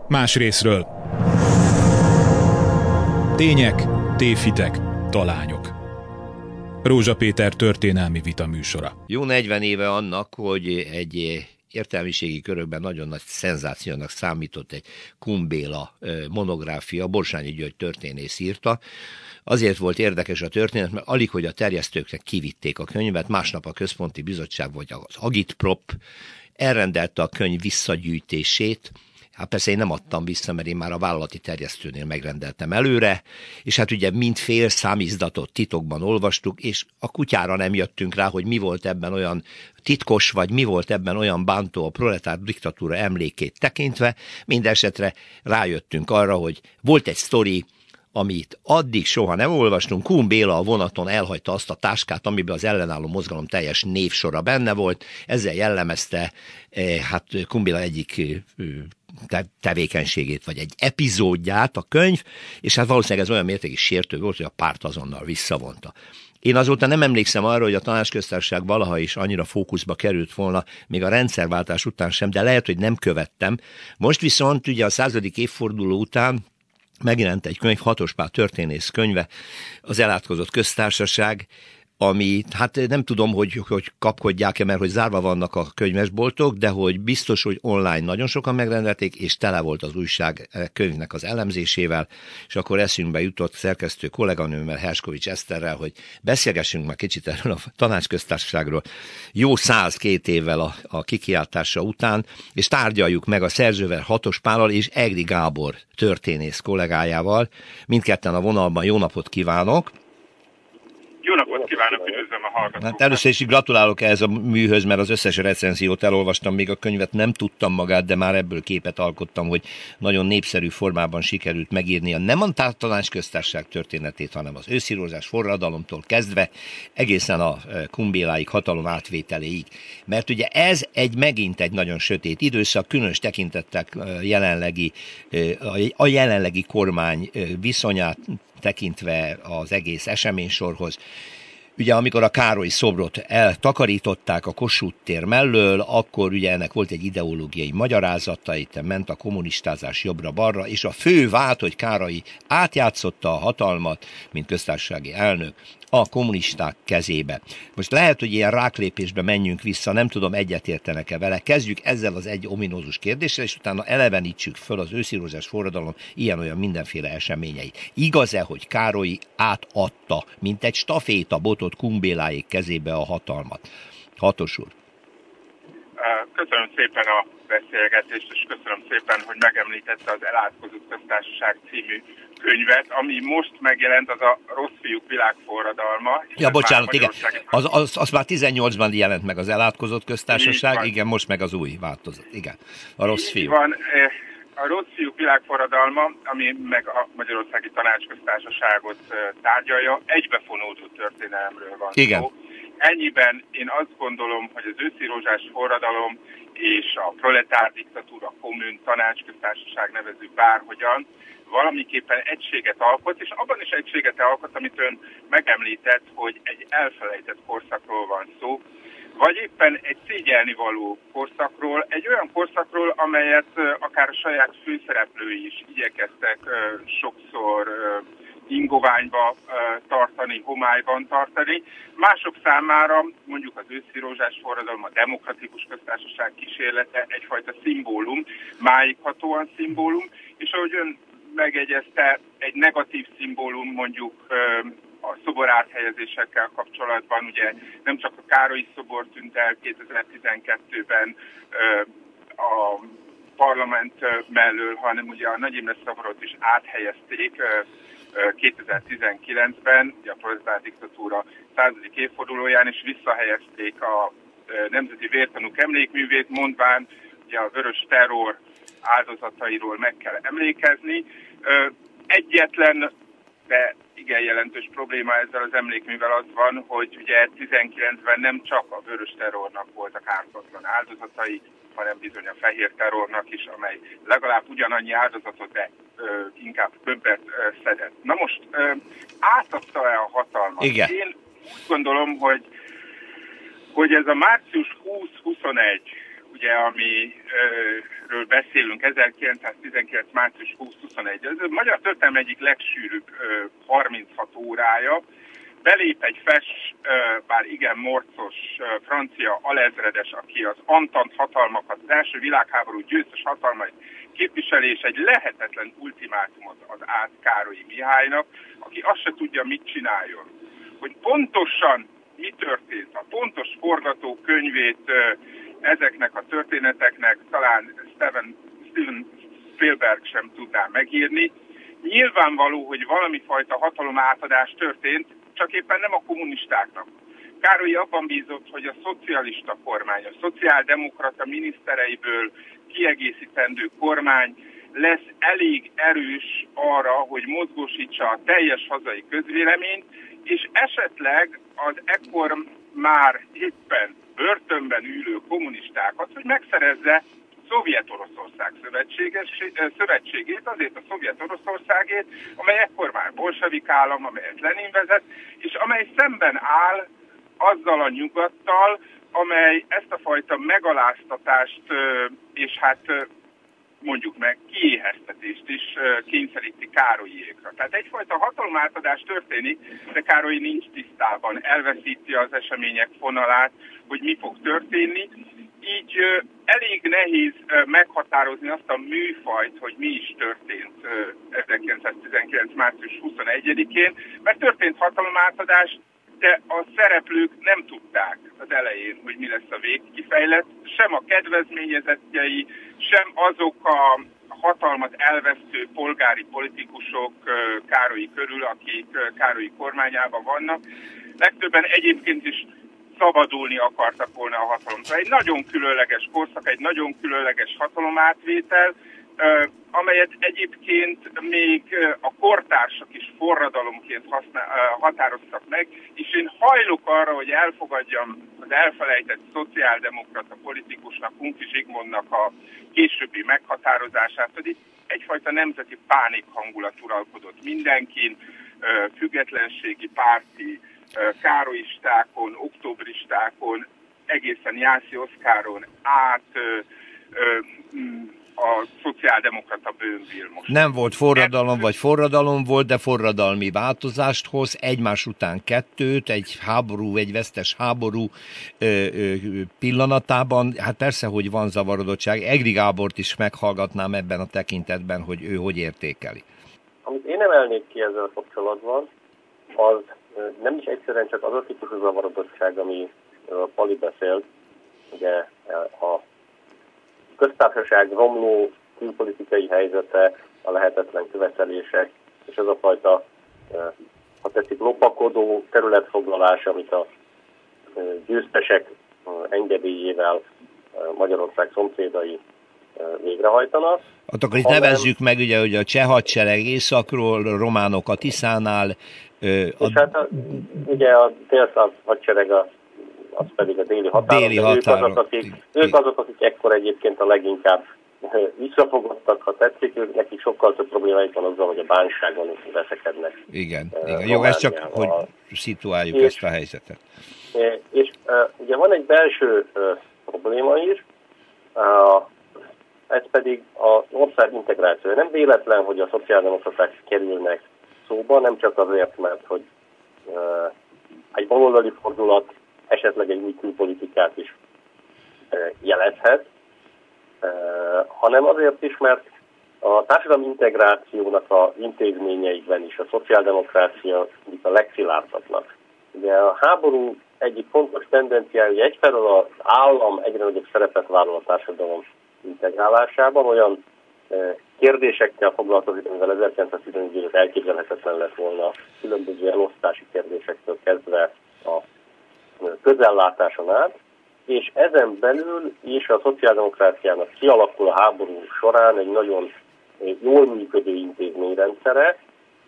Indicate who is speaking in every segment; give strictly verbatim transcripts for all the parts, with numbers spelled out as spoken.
Speaker 1: Más részről. Tények, tévhitek, talányok. Rózsa Péter történelmi vita műsora.
Speaker 2: Jó negyven éve annak, hogy egy értelmiségi körökben nagyon nagy szenzációnak számított egy Kun Béla monográfia, Borsányi György történész írta. Azért volt érdekes a történet, mert alig, hogy a terjesztőknek kivitték a könyvet, másnap a Központi Bizottság vagy az Agitprop elrendelte a könyv visszagyűjtését. Hát persze én nem adtam vissza, mert én már a vállalati terjesztőnél megrendeltem előre, és hát ugye mind fél számizdatot titokban olvastuk, és a kutyára nem jöttünk rá, hogy mi volt ebben olyan titkos, vagy mi volt ebben olyan bántó a proletár diktatúra emlékét tekintve. Mindenesetre rájöttünk arra, hogy volt egy sztori, amit addig soha nem olvastunk. Kun Béla a vonaton elhagyta azt a táskát, amiben az ellenálló mozgalom teljes névsora benne volt. Ezzel jellemezte eh, hát Kun Béla egyik eh, tevékenységét, vagy egy epizódját a könyv, és hát valószínűleg ez olyan mértékig sértő volt, hogy a párt azonnal visszavonta. Én azóta nem emlékszem arra, hogy a Tanácsköztársaság valaha is annyira fókuszba került volna, még a rendszerváltás után sem, de lehet, hogy nem követtem. Most viszont ugye a századik évforduló után megjelent egy könyv, Hatos Pál történész könyve, az Elátkozott Köztársaság, ami, hát nem tudom, hogy, hogy kapkodják-e, mert hogy zárva vannak a könyvesboltok, de hogy biztos, hogy online nagyon sokan megrendelték, és tele volt az újság könyvnek az elemzésével, és akkor eszünkbe jutott szerkesztő kolléganőmmel, Herskovics Eszterrel, hogy beszélgessünk már kicsit erről a Tanácsköztársaságról jó száz-két évvel a, a kikiáltása után, és tárgyaljuk meg a szerzővel, Hatos Pállal és Egri Gábor történész kollégájával. Mindketten a vonalban jó napot kívánok!
Speaker 3: Jó napot kívánok, üdvözlöm a hallgatókat!
Speaker 2: Hát először is gratulálok ehhez a műhöz, mert az összes recenziót elolvastam, még a könyvet nem tudtam magát, de már ebből képet alkottam, hogy nagyon népszerű formában sikerült megírnia nem a Tanácsköztársaság történetét, hanem az őszírózás forradalomtól kezdve egészen a Kun Béláig, hatalom átvételéig. Mert ugye ez egy megint egy nagyon sötét időszak, különös tekintettel jelenlegi, a jelenlegi kormány viszonyát tekintve az egész eseménysorhoz. Ugye amikor a Károlyi szobrot eltakarították a Kossuth tér mellől, akkor ugye ennek volt egy ideológiai magyarázata, itt ment a kommunistázás jobbra-balra, és a fő vált, hogy Károly átjátszotta a hatalmat, mint köztársasági elnök, a kommunisták kezébe. Most lehet, hogy ilyen ráklépésbe menjünk vissza, nem tudom, egyetértenek-e vele. Kezdjük ezzel az egy ominózus kérdéssel, és utána elevenítsük föl az őszírózás forradalom ilyen-olyan mindenféle eseményeit. Igaz-e, hogy Károly átadta, mint egy stafétabotot Kun Béláék kezébe a hatalmat? Hatos úr.
Speaker 3: Köszönöm szépen a beszélgetést, és köszönöm szépen, hogy megemlítette az Elátkozott Köztársaság című könyvet, ami most megjelent, az a Rossz fiúk világforradalma.
Speaker 2: Ja, bocsánat, igen. Az, az, az már tizennyolcban jelent meg az Elátkozott Köztársaság, igen, most meg az új változat, igen. A Rossz fiúk.
Speaker 3: Van, a Rossz fiúk világforradalma, ami meg a Magyarországi Tanácsköztársaságot tárgyalja, egybefonódó történelemről van
Speaker 2: igen.
Speaker 3: szó. Ennyiben én azt gondolom, hogy az őszírózsás forradalom és a proletár diktatúra, kommun, tanácsköztársaság nevező bárhogyan valamiképpen egységet alkot, és abban is egységet alkot, amit ön megemlített, hogy egy elfelejtett korszakról van szó, vagy éppen egy szégyelnivaló korszakról, egy olyan korszakról, amelyet akár a saját főszereplői is igyekeztek sokszor ingoványba tartani, homályban tartani. Mások számára mondjuk az őszírózsás forradalom, a demokratikus köztársaság kísérlete egyfajta szimbólum, máighatóan szimbólum, és ahogy ön megegyezte, egy negatív szimbólum mondjuk a szobor áthelyezésekkel kapcsolatban, ugye nem csak a Károlyi szobor tűnt el kétezer-tizenkettőben a parlament mellől, hanem ugye a Nagy Imre szobrot is áthelyezték kétezer-tizenkilencben, ugye a proletár diktatúra századik évfordulóján, és visszahelyezték a Nemzeti Vértanúk emlékművét, mondván, ugye a vörös terror áldozatairól meg kell emlékezni. Egyetlen, de igen jelentős probléma ezzel az emlékművel az van, hogy ugye tizenkilencben nem csak a vörös terrornak voltak ártatlan áldozatai, hanem bizony a fehér terrornak is, amely legalább ugyanannyi áldozatot, de ö, inkább többet ö, szedett. Na most ö, átadta-e a hatalmat?
Speaker 2: Igen.
Speaker 3: Én úgy gondolom, hogy, hogy ez a március húsz-huszonegy, ugye, amiről beszélünk, ezerkilencszáztizenkilenc. március huszadikai. Ez a magyar történelem egyik legsűrűbb harminchat órája. Belép egy fes, bár igen morcos francia alezredes, aki az Antant hatalmakat, az első világháború győztes hatalmait képviseli, és egy lehetetlen ultimátumot ad át Károlyi Mihálynak, aki azt se tudja, mit csináljon. Hogy pontosan mi történt, a pontos forgatókönyvét ezeknek a történeteknek talán Steven, Steven Spielberg sem tudná megírni. Nyilvánvaló, hogy valami fajta hatalomátadás történt, csak éppen nem a kommunistáknak. Károlyi abban bízott, hogy a szocialista kormány, a szociáldemokrata minisztereiből kiegészítendő kormány lesz elég erős arra, hogy mozgósítsa a teljes hazai közvéleményt, és esetleg az ekkor már éppen börtönben ülő kommunistákat, hogy megszerezze Szovjet-Oroszország szövetségét, azért a Szovjet-Oroszországét, amely ekkor már bolsevik állam, amelyet Lenin vezet, és amely szemben áll azzal a nyugattal, amely ezt a fajta megaláztatást és hát mondjuk meg kiéheztetést is kényszeríti Károlyékra. Tehát egyfajta hatalomátadás történik, de Károly nincs tisztában, elveszíti az események fonalát, hogy mi fog történni. Így elég nehéz meghatározni azt a műfajt, hogy mi is történt ezerkilencszáztizenkilenc. március huszonegyedikén, mert történt hatalomátadás, de a szereplők nem tudták az elején, hogy mi lesz a végkifejlet, sem a kedvezményezettjei, sem azok a hatalmat elvesztő polgári politikusok Károlyi körül, akik Károlyi kormányában vannak. Legtöbben egyébként is szabadulni akartak volna a hatalomtól. Egy nagyon különleges korszak, egy nagyon különleges hatalomátvétel, amelyet egyébként még a kortársak is forradalomként használ, határoztak meg, és én hajlok arra, hogy elfogadjam az elfelejtett szociáldemokrata politikusnak, Hunki Zsigmondnak a későbbi meghatározását, hogy itt egyfajta nemzeti pánik hangulat uralkodott mindenkin, függetlenségi párti, károlyistákon, októberistákon, egészen Jászi Oszkáron át ö, ö, a szociáldemokrata bőnbír most.
Speaker 2: Nem volt forradalom, vagy forradalom volt, de forradalmi változást hoz, egymás után kettőt, egy háború, egy vesztes háború ö, ö, pillanatában. Hát persze, hogy van zavarodottság. Egri Gábort is meghallgatnám ebben a tekintetben, hogy ő hogy értékeli.
Speaker 4: Amit én emelnék ki ezzel kapcsolatban, az nem is egyszerűen csak az a típusú zavarodottság, ami a Pali beszélt, ugye a köztársaság romló külpolitikai helyzete, a lehetetlen követelések, és az a fajta, ha tetszik, lopakodó területfoglalás, amit a győztesek engedélyével Magyarország szomszédai végrehajtanak.
Speaker 2: Hát akkor itt hanem... nevezzük meg, ugye, hogy a cseh hadsereg északról, románok a Tiszánál. És
Speaker 4: a... hát a, ugye a délszláv hadsereg a az pedig a déli határon. Déli határok. Ők azok, akik, ők azok, akik ekkor egyébként a leginkább visszafogottak, ha tetszik, ők nekik sokkal több problémáik van azzal, hogy a bánságon veszekednek.
Speaker 2: Igen, uh, igen. Jó, ez csak, hogy szituáljuk és, ezt a helyzetet.
Speaker 4: És, és uh, ugye van egy belső uh, probléma is, uh, ez pedig az ország integráció. Nem véletlen, hogy a szociáldemokraták kerülnek szóba, nem csak azért, mert hogy uh, egy baloldali fordulat esetleg egy új külpolitikát is jelezhet, hanem azért is, mert a társadalmi integrációnak az intézményeiben is a szociáldemokrácia a legszilárdabbnak. Ugye a háború egyik fontos tendenciája, hogy egyfelől az állam egyre nagyobb szerepet vállal a társadalom integrálásában, olyan kérdésekkel foglalkozik, amivel ezerkilencszáztizenegyben elképzelhetetlen lett volna, különböző elosztási kérdésektől kezdve a közellátáson át, és ezen belül is a szociáldemokráciának kialakul a háború során egy nagyon jól működő intézményrendszere.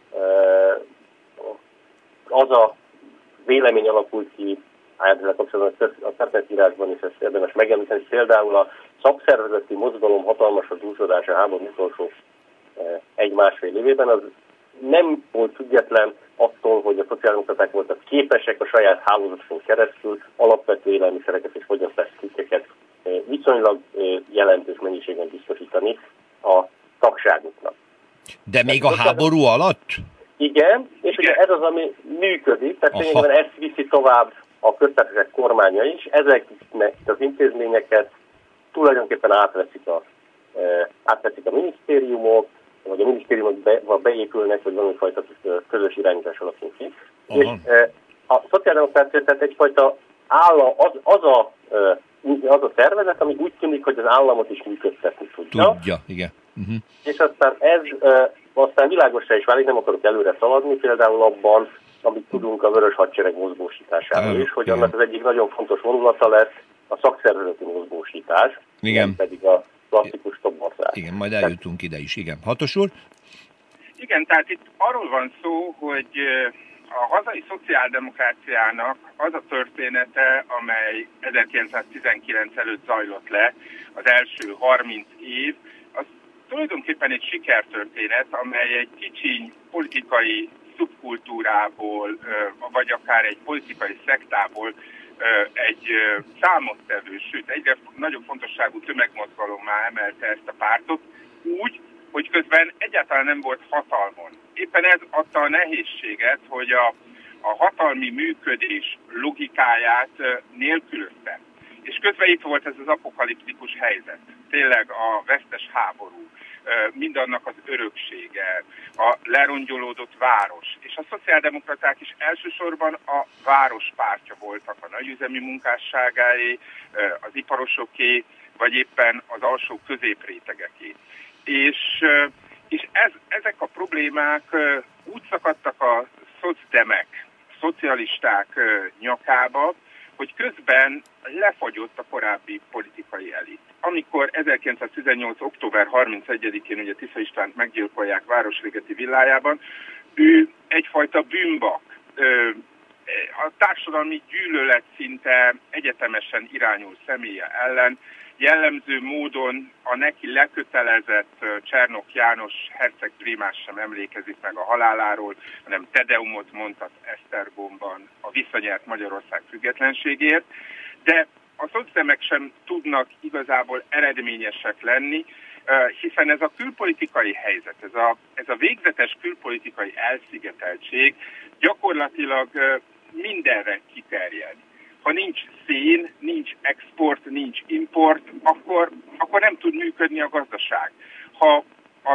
Speaker 4: Az a vélemény alakult ki, ezzel kapcsolatban a történetírásban is ezt érdemes megemlíteni, például a szakszervezeti mozgalom hatalmas a dúsodása a háború utolsó egy-másfél évében, az nem volt független attól, hogy a szociáldemokraták voltak képesek a saját hálózaton keresztül alapvető élelmiszereket és fogyasztási cikkeket viszonylag jelentős mennyiségen biztosítani a tagságuknak.
Speaker 2: De még a háború alatt?
Speaker 4: Igen, és ugye ez az, ami működik, tehát tényleg ezt viszi tovább a köztársaság kormánya is, ezeknek az intézményeket tulajdonképpen átveszik a, e, átveszik a minisztériumok, vagy a minisztériumok be, beépülnek, vagy valamifajta közös irányítás alakul ki. És e, a szociáldemokrácia tehát egyfajta állam, az, az, a, e, az a szervezet, ami úgy tűnik, hogy az államot is működtetni tudja.
Speaker 2: Tudja, igen. Uh-huh.
Speaker 4: És aztán ez e, aztán világosra is válik, nem akarok előre szaladni, például abban, amit tudunk a Vörös Hadsereg mozgósításáról is, hogy igen. Annak az egyik nagyon fontos vonulata lesz a szakszervezeti mozgósítás,
Speaker 2: igen.
Speaker 4: pedig a klasszikus toborzás.
Speaker 2: Igen, majd eljutunk ide is, igen. Hatos úr?
Speaker 3: Igen, tehát itt arról van szó, hogy a hazai szociáldemokráciának az a története, amely ezerkilencszáztizenkilenc előtt zajlott le, az első harminc év, az tulajdonképpen egy sikertörténet, amely egy kicsiny politikai szubkultúrából, vagy akár egy politikai szektából egy számottevő, sőt egyre nagyobb fontosságú tömegmozgalommá emelte ezt a pártot, úgy, hogy közben egyáltalán nem volt hatalmon. Éppen ez adta a nehézséget, hogy a, a hatalmi működés logikáját nélkülözte. És közben itt volt ez az apokaliptikus helyzet. Tényleg a vesztes háború, mindannak az öröksége, a lerongyolódott város. És a szociáldemokraták is elsősorban a várospártja voltak, a nagyüzemi munkásságáé, az iparosoké, vagy éppen az alsó középrétegeké. És, és ez, ezek a problémák úgy szakadtak a szocdemek, szocialisták nyakába, hogy közben lefagyott a korábbi politikai elit. Amikor ezerkilencszáztizennyolc. október harmincegyedikén ugye Tisza Istvánt meggyilkolják Városligeti villájában, ő egyfajta bűnbak. A társadalmi gyűlölet szinte egyetemesen irányul személye ellen, jellemző módon a neki lekötelezett Csernok János herceg primás sem emlékezik meg a haláláról, hanem Tedeumot mondhat Esztergomban a visszanyert Magyarország függetlenségért, de a szocdemek sem tudnak igazából eredményesek lenni, hiszen ez a külpolitikai helyzet, ez a, ez a végzetes külpolitikai elszigeteltség gyakorlatilag mindenre kiterjed. Ha nincs szén, nincs export, nincs import, akkor, akkor nem tud működni a gazdaság. Ha a,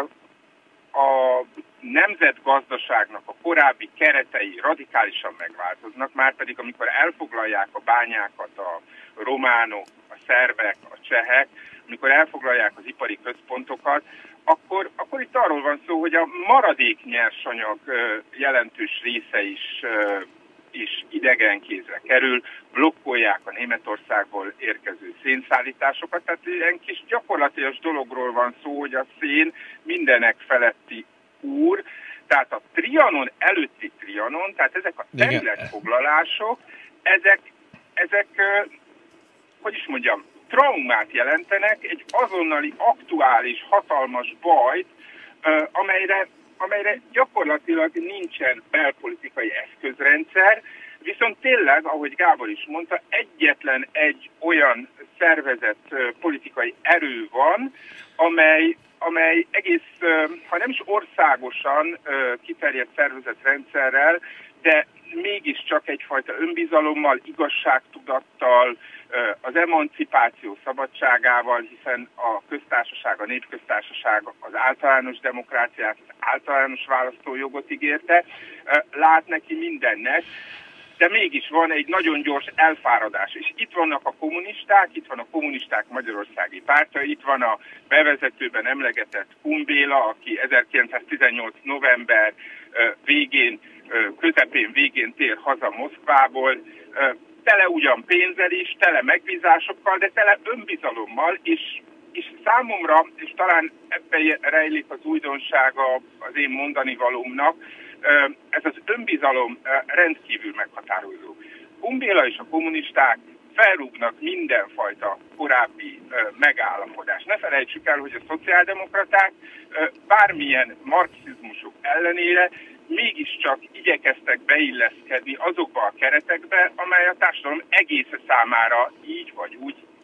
Speaker 3: a nemzetgazdaságnak a korábbi keretei radikálisan megváltoznak, márpedig amikor elfoglalják a bányákat a románok, a szerbek, a csehek, amikor elfoglalják az ipari központokat, akkor, akkor itt arról van szó, hogy a maradék nyersanyag jelentős része is is idegen kézre kerül, blokkolják a Németországból érkező szénszállításokat, tehát ilyen kis gyakorlatilag dologról van szó, hogy a szén mindenek feletti úr, tehát a Trianon előtti Trianon, tehát ezek a területfoglalások, ezek, ezek, hogy is mondjam, traumát jelentenek, egy azonnali, aktuális, hatalmas bajt, amelyre amelyre gyakorlatilag nincsen belpolitikai eszközrendszer, viszont tényleg, ahogy Gábor is mondta, egyetlen egy olyan szervezett politikai erő van, amely, amely egész, ha nem is országosan kiterjedt szervezett rendszerrel, de mégiscsak egyfajta önbizalommal, igazságtudattal, az emancipáció szabadságával, hiszen a köztársaság, a népköztársaság az általános demokráciát, az általános választójogot ígérte, lát neki mindennek, de mégis van egy nagyon gyors elfáradás. És itt vannak a kommunisták, itt van a kommunisták magyarországi pártja, itt van a bevezetőben emlegetett Kun Béla, aki ezerkilencszáztizennyolc. november végén, közepén végén tér haza Moszkvából, tele ugyan pénzzel is, tele megbízásokkal, de tele önbizalommal, és, és számomra, és talán ebben rejlik az újdonsága az én mondani valómnak, ez az önbizalom rendkívül meghatározó. Kun Béla és a kommunisták felrúgnak mindenfajta korábbi megállapodást. Ne felejtsük el, hogy a szociáldemokraták bármilyen marxizmusok ellenére mégiscsak igyekeztek beilleszkedni azokba a keretekbe, amely a társadalom egész számára így vagy úgy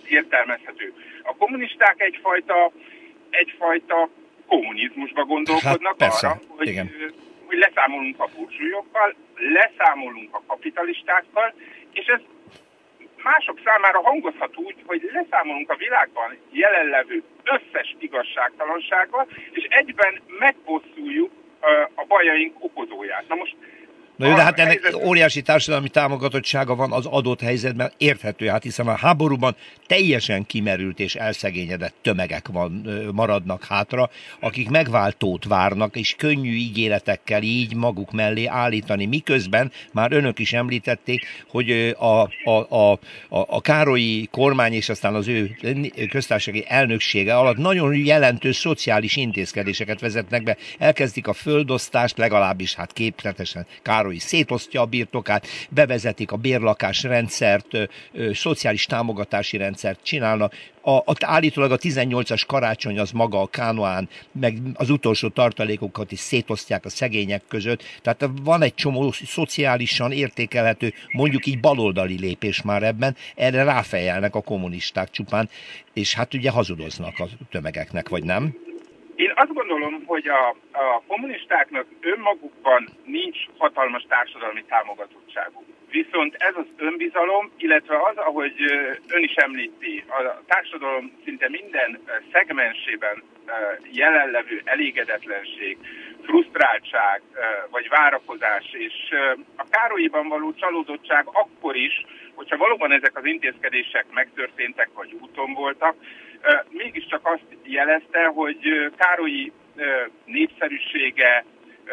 Speaker 3: értelmezhető. A kommunisták egyfajta, egyfajta kommunizmusba gondolkodnak hát, arra, hogy, hogy leszámolunk a burzsúlyokkal, leszámolunk a kapitalistákkal, és ez mások számára hangozhat úgy, hogy leszámolunk a világban jelenlevő összes igazságtalansággal, és egyben megbosszuljuk a bajaink okozóját. Na most
Speaker 2: Na jó, de hát ennek helyzet... óriási társadalmi támogatottsága van az adott helyzetben, érthető, hát hiszen a háborúban teljesen kimerült és elszegényedett tömegek van, maradnak hátra, akik megváltót várnak, és könnyű ígéretekkel így maguk mellé állítani, miközben már önök is említették, hogy a, a, a, a Károlyi kormány és aztán az ő köztársasági elnöksége alatt nagyon jelentős szociális intézkedéseket vezetnek be, elkezdik a földosztást, legalábbis hát képletesen Károly szétosztja a birtokát, bevezetik a bérlakásrendszert, ö, ö, szociális támogatási rendszert csinálnak. A, a, állítólag a tizennyolcas karácsony az maga a Kánoán, meg az utolsó tartalékokat is szétosztják a szegények között. Tehát van egy csomó szociálisan értékelhető, mondjuk így baloldali lépés már ebben, erre ráfejelnek a kommunisták csupán, és hát ugye hazudoznak a tömegeknek, vagy nem?
Speaker 3: Én azt gondolom, hogy a, a kommunistáknak önmagukban nincs hatalmas társadalmi támogatottságuk. Viszont ez az önbizalom, illetve az, ahogy ön is említi, a társadalom szinte minden szegmensében jelenlevő elégedetlenség, frusztráltság vagy várakozás, és a Károlyiban való csalódottság akkor is, hogyha valóban ezek az intézkedések megtörténtek vagy úton voltak, mégiscsak azt jelezte, hogy Károlyi népszerűsége,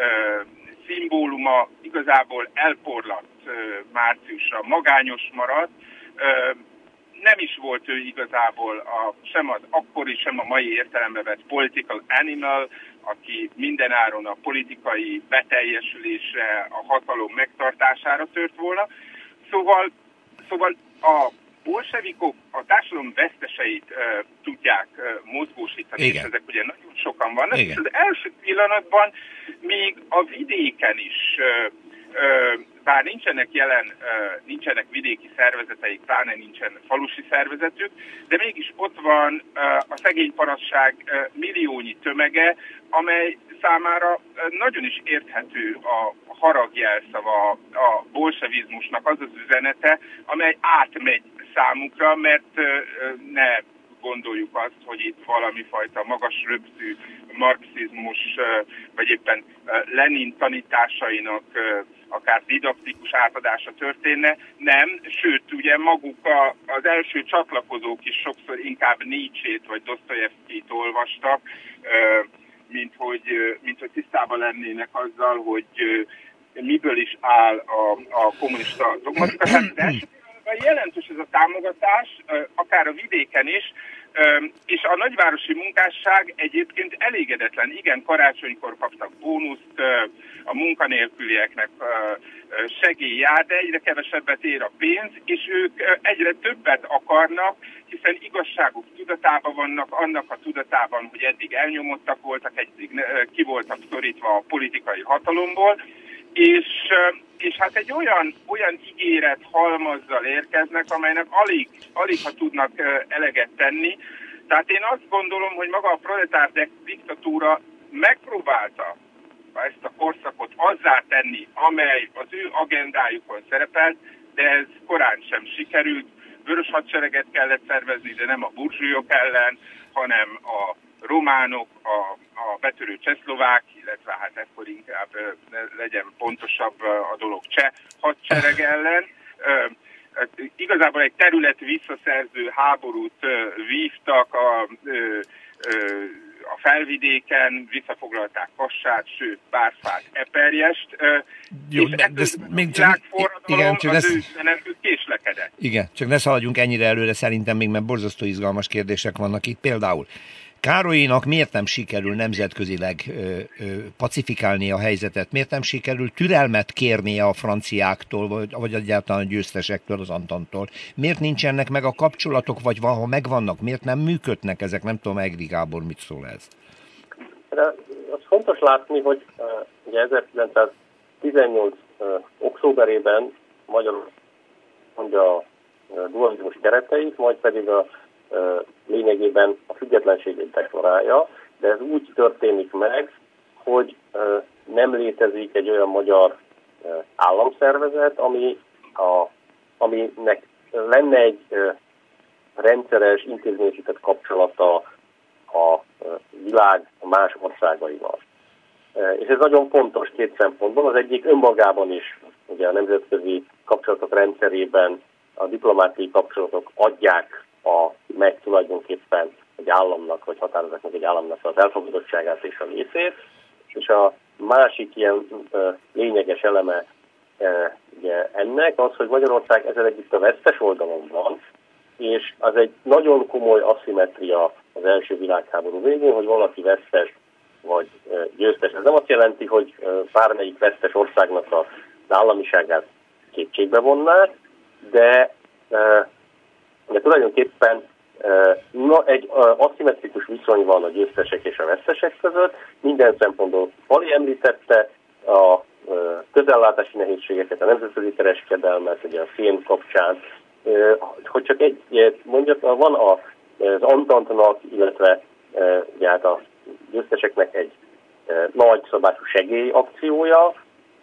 Speaker 3: szimbóluma igazából elporlatt márciusra, magányos maradt. Nem is volt ő igazából a, sem az akkori, sem a mai értelembe vett political animal, aki mindenáron a politikai beteljesülésre, a hatalom megtartására tört volna. Szóval, szóval a bolsevikok a társadalom veszteseit uh, tudják uh, mozgósítani, igen. És ezek ugye nagyon sokan vannak, igen. És az első pillanatban még a vidéken is, uh, uh, bár nincsenek jelen, uh, nincsenek vidéki szervezeteik, pláne nincsen falusi szervezetük, de mégis ott van uh, a szegény parasság uh, milliónyi tömege, amely számára uh, nagyon is érthető a haragjelszava, a bolsevizmusnak az az üzenete, amely átmegy számukra, mert uh, ne gondoljuk azt, hogy itt valami fajta magas röptű marxizmus, uh, vagy éppen uh, Lenin tanításainak uh, akár didaktikus átadása történne, nem, sőt, ugye maguk a, az első csatlakozók is sokszor inkább Nietzsét vagy Dosztojevszkijt olvastak, uh, mint hogy, uh, mint hogy tisztában lennének azzal, hogy uh, miből is áll a, a kommunista dogmatika. Tehát jelentős ez a támogatás, akár a vidéken is, és a nagyvárosi munkásság egyébként elégedetlen. Igen, karácsonykor kaptak bónuszt, a munkanélkülieknek segély jár, de egyre kevesebbet ér a pénz, és ők egyre többet akarnak, hiszen igazságuk tudatában vannak, annak a tudatában, hogy eddig elnyomottak voltak, eddig ki voltak szorítva a politikai hatalomból, és, és hát egy olyan, olyan ígéret halmazzal érkeznek, amelynek alig, alig ha tudnak eleget tenni. Tehát én azt gondolom, hogy maga a proletár diktatúra megpróbálta ezt a korszakot azzá tenni, amely az ő agendájukon szerepelt, de ez korán sem sikerült. Vörös hadsereget kellett szervezni, de nem a burzsúlyok ellen, hanem a románok, a, a betörő csehszlovák, illetve hát ekkor inkább legyen pontosabb a dolog cseh hadsereg ellen. Igazából egy terület visszaszerző háborút vívtak a, a felvidéken, visszafoglalták Kassát, sőt Bárfát, Eperjest,
Speaker 2: Jó,
Speaker 3: és
Speaker 2: de,
Speaker 3: ettől
Speaker 2: de
Speaker 3: a
Speaker 2: még
Speaker 3: világforradalom az ő üzenetük késlekedett.
Speaker 2: Igen, csak ne szaladjunk ennyire előre szerintem még, mert borzasztó izgalmas kérdések vannak itt. Például Károlyinak miért nem sikerül nemzetközileg ö, ö, pacifikálni a helyzetet? Miért nem sikerül türelmet kérnie a franciáktól, vagy, vagy egyáltalán a győztesektől, az Antantól? Miért nincsenek meg a kapcsolatok, vagy ha megvannak, miért nem működnek ezek? Nem tudom, Egri Gábor mit szól ez?
Speaker 4: De az fontos látni, hogy uh, ugye ezerkilencszáztizennyolc uh, októberében Magyarország mondja a uh, dualizmus kereteit, majd pedig a lényegében a függetlenségét deklarálja, de ez úgy történik meg, hogy nem létezik egy olyan magyar államszervezet, ami a, aminek lenne egy rendszeres, intézményesített kapcsolata a világ más országaival. És ez nagyon fontos két szempontból. Az egyik önmagában is, ugye a nemzetközi kapcsolatok rendszerében a diplomáciai kapcsolatok adják a, meg tulajdonképpen egy államnak, vagy határozzák meg egy államnak az elfogadottságát és a részét. És a másik ilyen uh, lényeges eleme uh, ugye ennek az, hogy Magyarország ezzel együtt a vesztes oldalon van, és az egy nagyon komoly aszimmetria az első világháború végén, hogy valaki vesztes vagy uh, győztes. Ez nem azt jelenti, hogy uh, bármelyik vesztes országnak az államiságát kétségbe vonnák, de, uh, de tulajdonképpen Na, egy aszimmetrikus viszony van a győztesek és a vesztesek között. Minden szempontból Pali említette a közellátási nehézségeket, a nemzetközi kereskedelmet, ugye a film kapcsán. Hogy csak egy mondjak, van az Antantnak, illetve ugye hát a győzteseknek egy nagy szabású segélyakciója,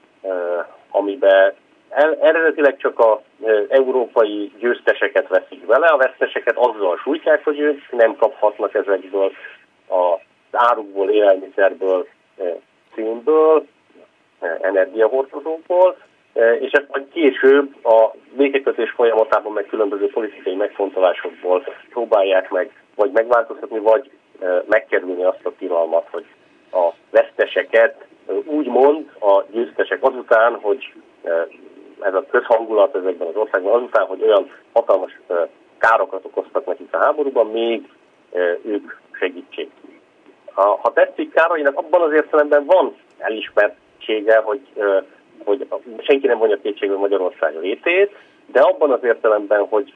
Speaker 4: amiben El, eredetileg csak az e, európai győzteseket veszik vele, a veszteseket azzal sújtják, hogy ők nem kaphatnak ezekből az árukból, élelmiszerből, e, színből, e, energiahordozókból, e, és ezt majd később a békekötés folyamatában meg különböző politikai megfontolásokból próbálják meg vagy megváltoztatni, vagy e, megkerülni azt a tilalmat, hogy a veszteseket e, úgymond a győztesek azután, hogy e, ez a közhangulat ezekben az országban azután, hogy olyan hatalmas károkat okoztak nekik a háborúban, még ők segítsék. Ha, ha tetszik, Károlynak abban az értelemben van elismertsége, hogy, hogy senki nem vonja kétségbe Magyarország létét, de abban az értelemben, hogy,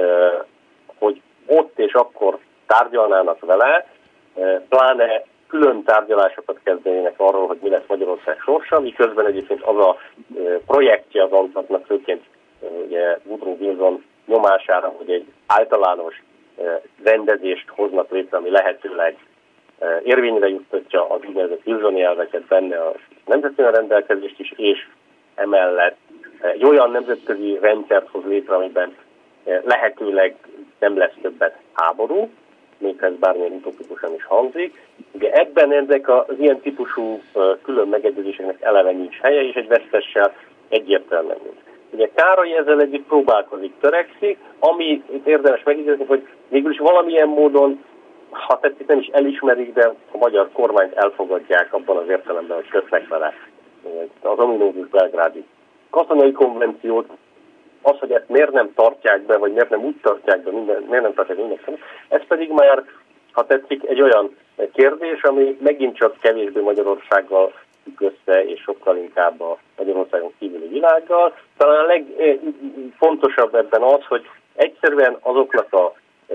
Speaker 4: hogy ott és akkor tárgyalnának vele, pláne külön tárgyalásokat kezdenének arról, hogy mi lesz Magyarország sorsa, miközben egyébként az a projektje az Antantnak, főként ugye Woodrow Wilson nyomására, hogy egy általános rendezést hoznak létre, ami lehetőleg érvényre juttatja az úgynevezett Wilsoni elveket, benne a nemzetközi rendelkezést is, és emellett egy olyan nemzetközi rendszert hoz létre, amiben lehetőleg nem lesz többet háború, még ez bármilyen utopikusan is hangzik. Ugye ebben ezek az ilyen típusú külön megegyezéseknek eleve nincs helye, és egy vesztessel egyértelműen nincs. Ugye Károly ezzel együtt próbálkozik, törekszik, ami itt érdemes megjegyezni, hogy végül is valamilyen módon, ha tetszik, nem is elismerik, de a magyar kormányt elfogadják abban az értelemben, hogy kötnek vele az ominózus belgrádi katonai konvenciót. Az, hogy ezt miért nem tartják be, vagy miért nem úgy tartják be, minden, miért nem tartják mindenki, ez pedig már, ha tetszik, egy olyan kérdés, ami megint csak kevésbé Magyarországgal függ össze, és sokkal inkább a Magyarországon kívüli világgal. Talán a legfontosabb ebben az, hogy egyszerűen azoknak a,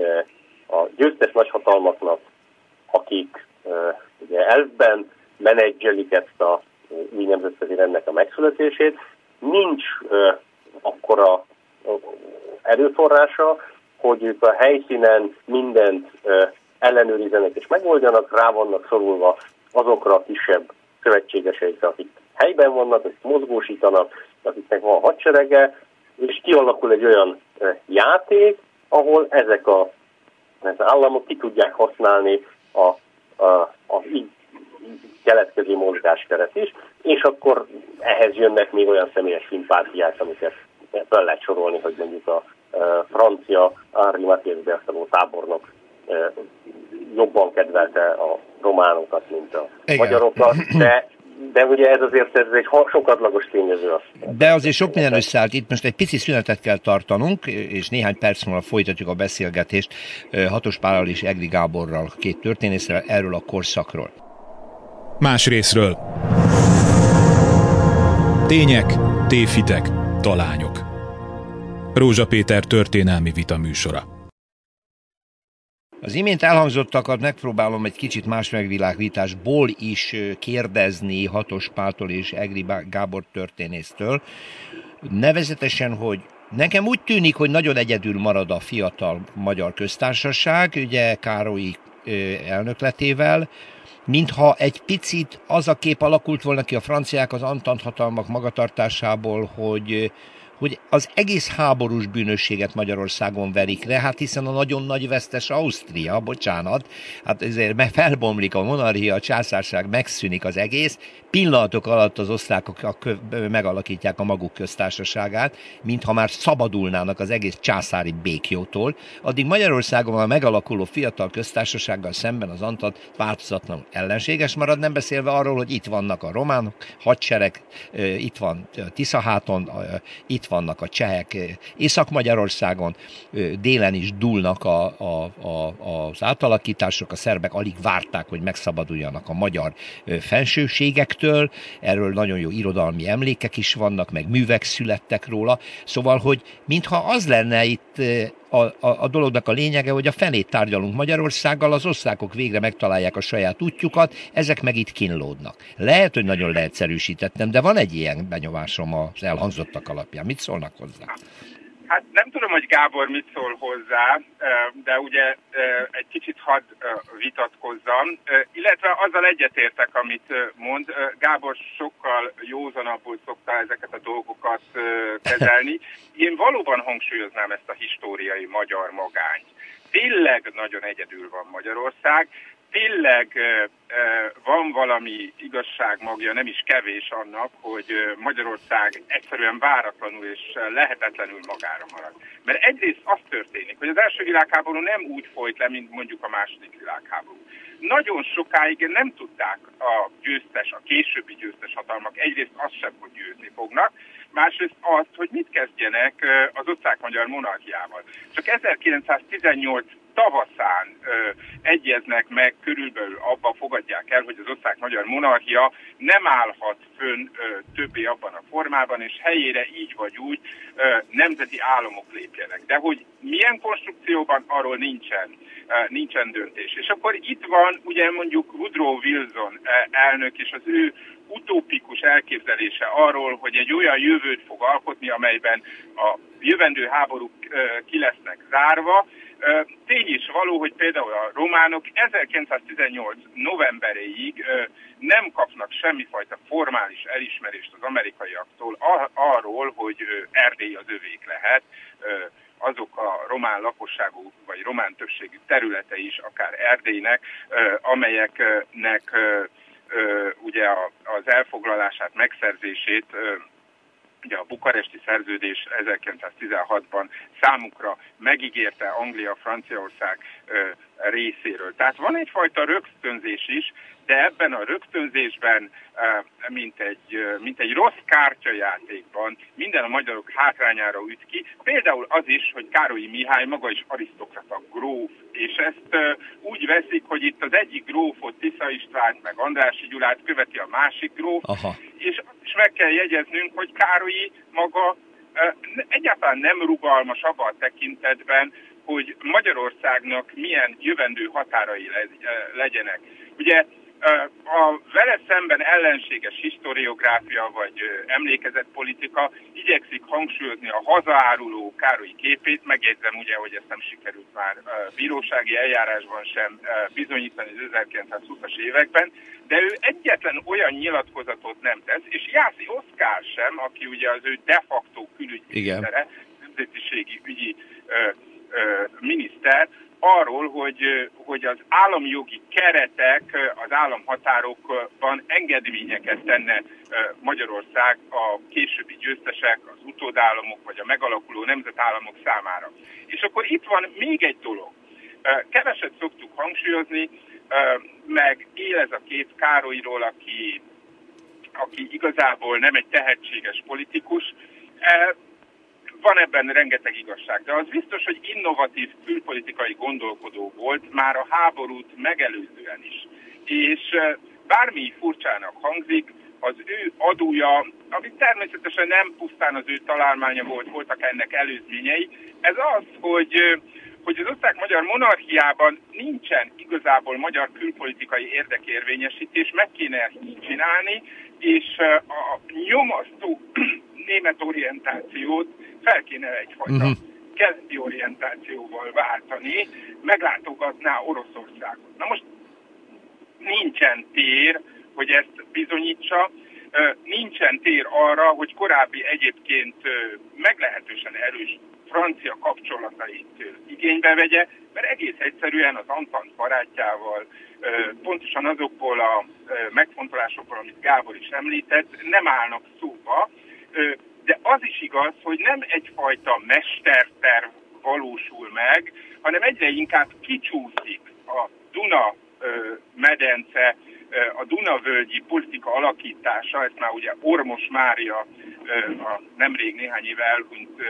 Speaker 4: a győztes nagyhatalmaknak, akik ugye elvben menedzselik ezt a új nemzetközi rendnek a megszületését, nincs akkora erőforrása, hogy ők a helyszínen mindent ellenőrizenek és megoldjanak, rá vannak szorulva azokra a kisebb szövetségeseikre, akik helyben vannak, akik mozgósítanak, akiknek van hadserege, és kialakul egy olyan játék, ahol ezek a, az államok ki tudják használni a, a, a így keletkező mozgásteret is, és akkor ehhez jönnek még olyan személyes szimpátiák, amiket fel lehet sorolni, hogy mondjuk a e, francia Henri Mathieu Berthelot tábornok e, jobban kedvelte a románokat, mint a igen. magyarokat, de, de ugye ez azért ez egy sokadlagos tényező.
Speaker 2: De azért sok minden összeállt. Itt most egy pici szünetet kell tartanunk, és néhány perc múlva folytatjuk a beszélgetést Hatos Pállal és Egri Gáborral, két történésszel erről a korszakról.
Speaker 1: Más részről. Tények, tévhitek, talányok. Rózsa Péter történelmi vita műsora.
Speaker 2: Az imént elhangzottakat megpróbálom egy kicsit más megvilágításból is kérdezni Hatos Páltól és Egri Gábor történésztől. Nevezetesen, hogy Nekem úgy tűnik, hogy nagyon egyedül marad a fiatal magyar köztársaság, ugye Károly elnökletével, mintha egy picit az a kép alakult volna ki a franciák az antant hatalmak magatartásából, hogy, hogy az egész háborús bűnösséget Magyarországon verik le, hát hiszen a nagyon nagy vesztes Ausztria, bocsánat, hát ezért felbomlik a monarchia, a császárság, megszűnik az egész, pillanatok alatt az osztrákok megalakítják a maguk köztársaságát, mintha már szabadulnának az egész császári békjótól, addig Magyarországon a megalakuló fiatal köztársasággal szemben az antant változatlanul ellenséges marad, nem beszélve arról, hogy itt vannak a románok, hadsereg, itt van Tiszaháton, itt vannak a csehek Észak-Magyarországon, délen is dúlnak a, a, a, az átalakítások, a szerbek alig várták, hogy megszabaduljanak a magyar fensőségektől, erről nagyon jó irodalmi emlékek is vannak, meg művek születtek róla, szóval, hogy mintha az lenne itt a, a, a dolognak a lényege, hogy a felét tárgyalunk Magyarországgal, az osztrákok végre megtalálják a saját útjukat, ezek meg itt kínlódnak. Lehet, hogy nagyon leegyszerűsítettem, de van egy ilyen benyomásom az elhangzottak alapján. Mit szólnak hozzá?
Speaker 3: Hát nem tudom, hogy Gábor mit szól hozzá, de ugye egy kicsit hadd vitatkozzam, illetve azzal egyetértek, amit mond. Gábor sokkal józanabbul szokta ezeket a dolgokat kezelni. Én valóban hangsúlyoznám ezt a históriai magyar magányt. Tényleg nagyon egyedül van Magyarország, tényleg van valami igazságmagja, nem is kevés annak, hogy Magyarország egyszerűen váratlanul és lehetetlenül magára marad. Mert egyrészt az történik, hogy az első világháború nem úgy folyt le, mint mondjuk a második világháború. Nagyon sokáig nem tudták a győztes, a későbbi győztes hatalmak egyrészt azt sem, hogy győzni fognak, másrészt azt, hogy mit kezdjenek az osztrák-magyar monarchiával. Csak ezerkilencszáztizennyolc tavaszán ö, egyeznek meg, körülbelül abba fogadják el, hogy az osztrák-magyar monarchia nem állhat fönn ö, többé abban a formában, és helyére így vagy úgy ö, nemzeti államok lépjenek. De hogy milyen konstrukcióban, arról nincsen, ö, nincsen döntés. És akkor itt van ugye mondjuk Woodrow Wilson elnök és az ő utópikus elképzelése arról, hogy egy olyan jövőt fog alkotni, amelyben a jövendő háborúk ö, ki lesznek zárva. Tény is való, hogy például a románok ezerkilencszáztizennyolc novemberéig nem kapnak semmifajta formális elismerést az amerikaiaktól arról, hogy Erdély az övék lehet, azok a román lakosságú vagy román többségű területe is, akár Erdélynek, amelyeknek ugye az elfoglalását, megszerzését ugye a bukaresti szerződés ezerkilencszáztizenhatban számukra megígérte Anglia, Franciaország ö, részéről. Tehát van egyfajta rögtönzés is, de ebben a rögtönzésben, ö, mint, egy, ö, mint egy rossz kártyajátékban minden a magyarok hátrányára üt ki. Például az is, hogy Károlyi Mihály maga is arisztokrata gróf, és ezt ö, úgy veszik, hogy itt az egyik grófot, Tisza Istvánt, meg Andrássy Gyulát követi a másik gróf, Aha. és azt is meg kell jegyeznünk, hogy Károlyi maga ö, egyáltalán nem rugalmas abban a tekintetben, hogy Magyarországnak milyen jövendő határai legyenek. Ugye a vele szemben ellenséges historiográfia vagy emlékezetpolitika igyekszik hangsúlyozni a hazaáruló Károlyi képét, megjegyzem ugye, hogy ezt nem sikerült már bírósági eljárásban sem bizonyítani az ezerkilencszázhúszas években, de ő egyetlen olyan nyilatkozatot nem tesz, és Jászai Oszkár sem, aki ugye az ő de facto külügyminisztere, nemzetiségi ügyi ö, ö, miniszter, arról, hogy, hogy az államjogi keretek, az államhatárokban engedményeket tenne Magyarország a későbbi győztesek, az utódállamok vagy a megalakuló nemzetállamok számára. És akkor itt van még egy dolog. Keveset szoktuk hangsúlyozni, meg él ez a kép Károlyról, aki, aki igazából nem egy tehetséges politikus. Van ebben rengeteg igazság, de az biztos, hogy innovatív külpolitikai gondolkodó volt már a háborút megelőzően is. És bármi furcsának hangzik, az ő adója, ami természetesen nem pusztán az ő találmánya volt, voltak ennek előzményei, ez az, hogy, hogy az osztrák-magyar monarchiában nincsen igazából magyar külpolitikai érdekérvényesítés, meg kéne így csinálni, és a nyomasztó német orientációt fel kéne egyfajta uh-huh. keleti orientációval váltani, meglátogatná Oroszországot. Na most nincsen tér, hogy ezt bizonyítsa, nincsen tér arra, hogy korábbi egyébként meglehetősen erős francia kapcsolatait igénybe vegye, mert egész egyszerűen az Antant barátjával, pontosan azokból a megfontolásokból, amit Gábor is említett, nem állnak szóba, de az is igaz, hogy nem egyfajta mesterterv valósul meg, hanem egyre inkább kicsúszik a Duna medence, a Dunavölgyi politika alakítása, ezt már ugye Ormos Mária, a nemrég néhány éve elhunyt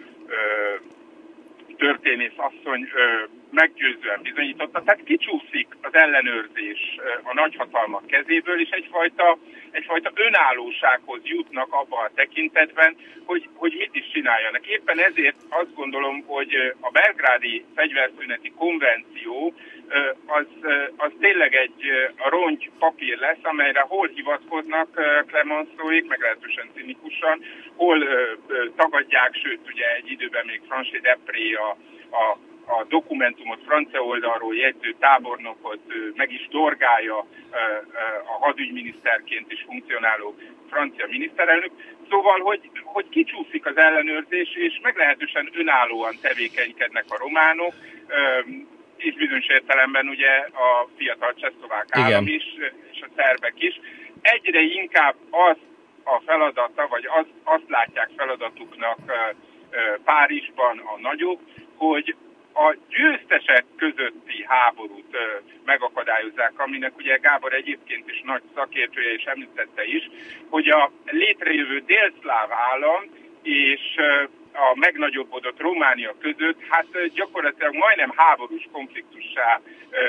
Speaker 3: történész asszony meggyőzően bizonyította, tehát kicsúszik az ellenőrzés a nagyhatalmak kezéből, és egyfajta, egyfajta önállósághoz jutnak abban a tekintetben, hogy, hogy mit is csináljanak. Éppen ezért azt gondolom, hogy a belgrádi fegyverszüneti konvenció az, az tényleg egy rongy papír lesz, amelyre hol hivatkoznak Clemenceauék, meglehetősen cinikusan, hol tagadják, sőt ugye egy időben még Franché Depré a, a a dokumentumot francia oldalról jegyző tábornokot meg is dorgálja a hadügyminiszterként is funkcionáló francia miniszterelnök. Szóval, hogy, hogy kicsúszik az ellenőrzés, és meglehetősen önállóan tevékenykednek a románok, és bizonyos értelemben ugye a fiatal csehszlovák állam is, és a szerbek is. Egyre inkább az a feladata, vagy az, azt látják feladatuknak Párizsban a nagyok, hogy a győztesek közötti háborút ö, megakadályozzák, aminek ugye Gábor egyébként is nagy szakértője és említette is, hogy a létrejövő délszláv állam és ö, a megnagyobbodott Románia között, hát ö, gyakorlatilag majdnem háborús konfliktussá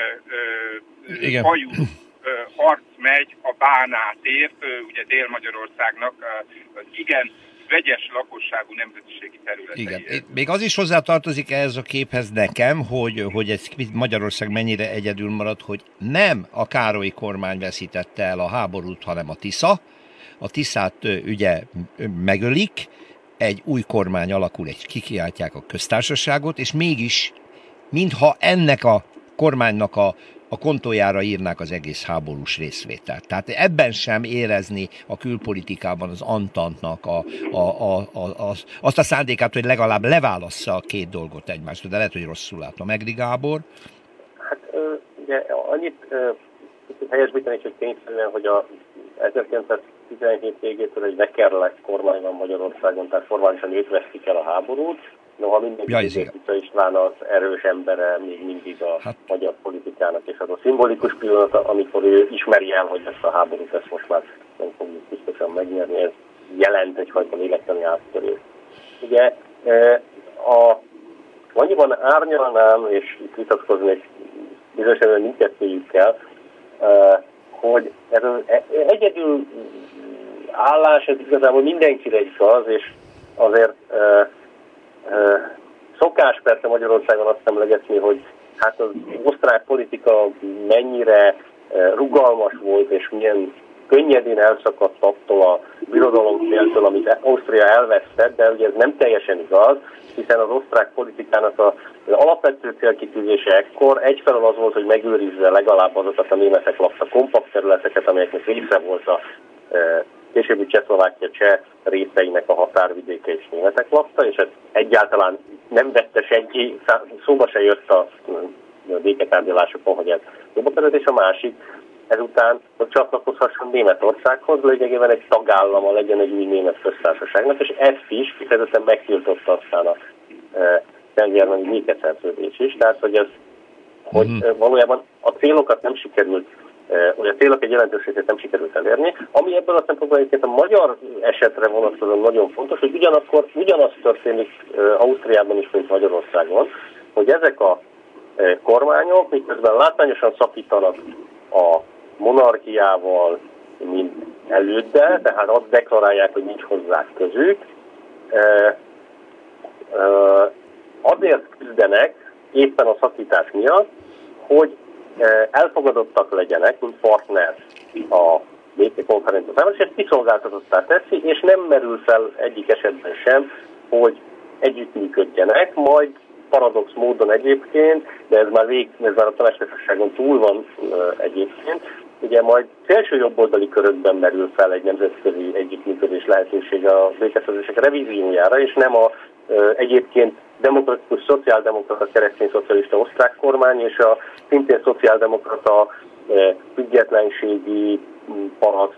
Speaker 3: fajul harc megy a Bánátért, ö, ugye Dél-Magyarországnak ö, az igen vegyes lakosságú nemzetiségi területei.
Speaker 2: Igen. Még az is hozzátartozik ehhez a képhez nekem, hogy, hogy ez Magyarország mennyire egyedül marad, hogy nem a Károlyi kormány veszítette el a háborút, hanem a Tisza. A Tiszát ugye megölik, egy új kormány alakul, egy kikiáltják a köztársaságot, és mégis, mintha ennek a kormánynak a a kontójára írnák az egész háborús részvételt. Tehát ebben sem érezni a külpolitikában az Antantnak a, a, a, a, az, azt a szándékát, hogy legalább leválassza a két dolgot egymástól, de lehet, hogy rosszul látom. Megri Gábor?
Speaker 4: Hát ugye annyit helyesbíteni, hogy tényszerűen, hogy a ezerkilencszáztizenhét végétől egy Wekerle kormány van Magyarországon, tehát formálisan őt veszik el a háborút. Noha mindenki
Speaker 2: ja,
Speaker 4: Tisza István az erős embere még mindig a hát. magyar politikának, és az a szimbolikus pillanat, amikor ő ismeri el, hogy ezt a háborút ezt most már nem fogjuk biztosan megnyerni, ez jelent egyfajta lélektani áttörést. Ugye a, annyiban árnyalnám, és itt vitatkoznék bizonyos emberen mindkettőjükkel, hogy ez az egyedül állás, ez igazából mindenkire igaz, és azért szokás persze Magyarországon azt emlegetni, hogy hát az osztrák politika mennyire rugalmas volt, és milyen könnyedén elszakadt attól a birodalomféltől, amit Ausztria elvesztett, de ugye ez nem teljesen igaz, hiszen az osztrák politikának az alapvető célkitűzése ekkor egyfelől az volt, hogy megőrizze legalább azokat a németek lakta kompakt területeket, amelyeknek része volt a későbbi Csehszlovákia cseh részeinek a határvidéke és németek lakta, és ez egyáltalán nem vette senki, szóba se jött a béketárgyalásokon, hogy ez jobb került, és a másik ezután, hogy csatlakozhasson Németországhoz, lényegében egy tagállama legyen egy új német köztársaságnak, és ezt is kifejezetten megtiltotta aztán a szentgyermeni békeszerződés is, tehát hogy ez, hogy mm. valójában a célokat nem sikerült hogy a célok egy jelentős részét nem sikerült elérni, ami ebből a szempontból egyébként a magyar esetre vonatkozóan nagyon fontos, hogy ugyanakkor ugyanaz történik Ausztriában is, mint Magyarországon, hogy ezek a kormányok miközben látványosan szakítanak a monarchiával, mint előtte, tehát azt deklarálják, hogy nincs hozzá közük, azért küzdenek éppen a szakítás miatt, hogy elfogadottak legyenek, mint partner a békekonferencia számára, és ezt kiszolgáltatottá teszi, és nem merül fel egyik esetben sem, hogy együttműködjenek, majd paradox módon egyébként, de ez már, vég, ez már a tanácsköztársaságon túl van egyébként, ugye majd szélső jobboldali körökben merül fel egy nemzetközi együttműködés lehetősége a békeszerződések revíziójára, és nem a egyébként demokratikus, szociáldemokrata, keresztény-szocialista osztrák kormány és a szintén szociáldemokrata függetlenségi, paraszt,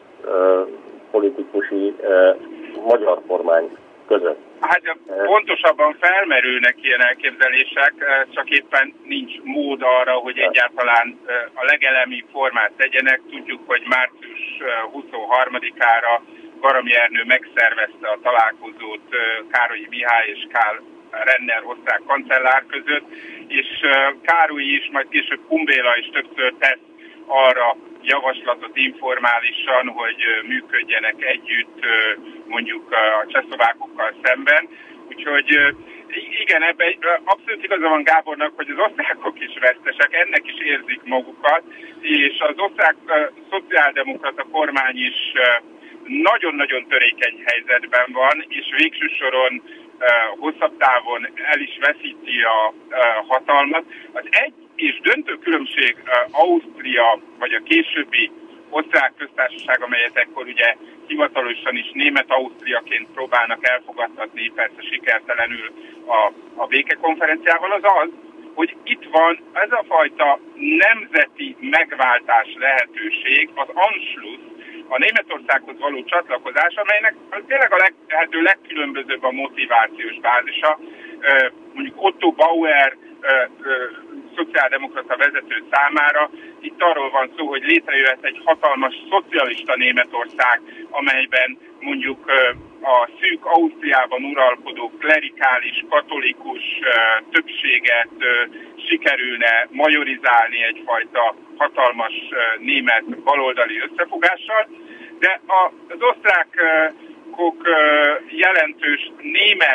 Speaker 4: politikusi magyar kormány között.
Speaker 3: Hát pontosabban felmerülnek ilyen elképzelések, csak éppen nincs mód arra, hogy egyáltalán a legelemi formát tegyenek. Tudjuk, hogy március huszonharmadikára Garami Ernő megszervezte a találkozót Károlyi Mihály és Kál Renner osztrák kancellár között, és Károlyi is, majd később Kumbéla is többször tesz arra javaslatot informálisan, hogy működjenek együtt mondjuk a csehszlovákokkal szemben. Úgyhogy igen, ebben abszolút igaza van Gábornak, hogy az osztrákok is vesztesek, ennek is érzik magukat, és az osztrák szociáldemokrata kormány is nagyon-nagyon törékeny helyzetben van, és végső soron hosszabb távon el is veszíti a hatalmat. Az egy és döntő különbség Ausztria, vagy a későbbi osztrák köztársaság, amelyet ekkor ugye hivatalosan is német-ausztriaként próbálnak elfogadtatni, persze sikertelenül a, a békekonferenciával, az az, hogy itt van ez a fajta nemzeti megváltás lehetőség, az Anschluss, a Németországhoz való csatlakozás, amelynek tényleg a leg, lehető legkülönbözőbb a motivációs bázisa. Mondjuk Otto Bauer szociáldemokrata vezető számára itt arról van szó, hogy létrejöhet egy hatalmas szocialista Németország, amelyben mondjuk a szűk Ausztriában uralkodó klerikális, katolikus többséget sikerülne majorizálni egyfajta hatalmas német baloldali összefogással, de az osztrákok jelentős német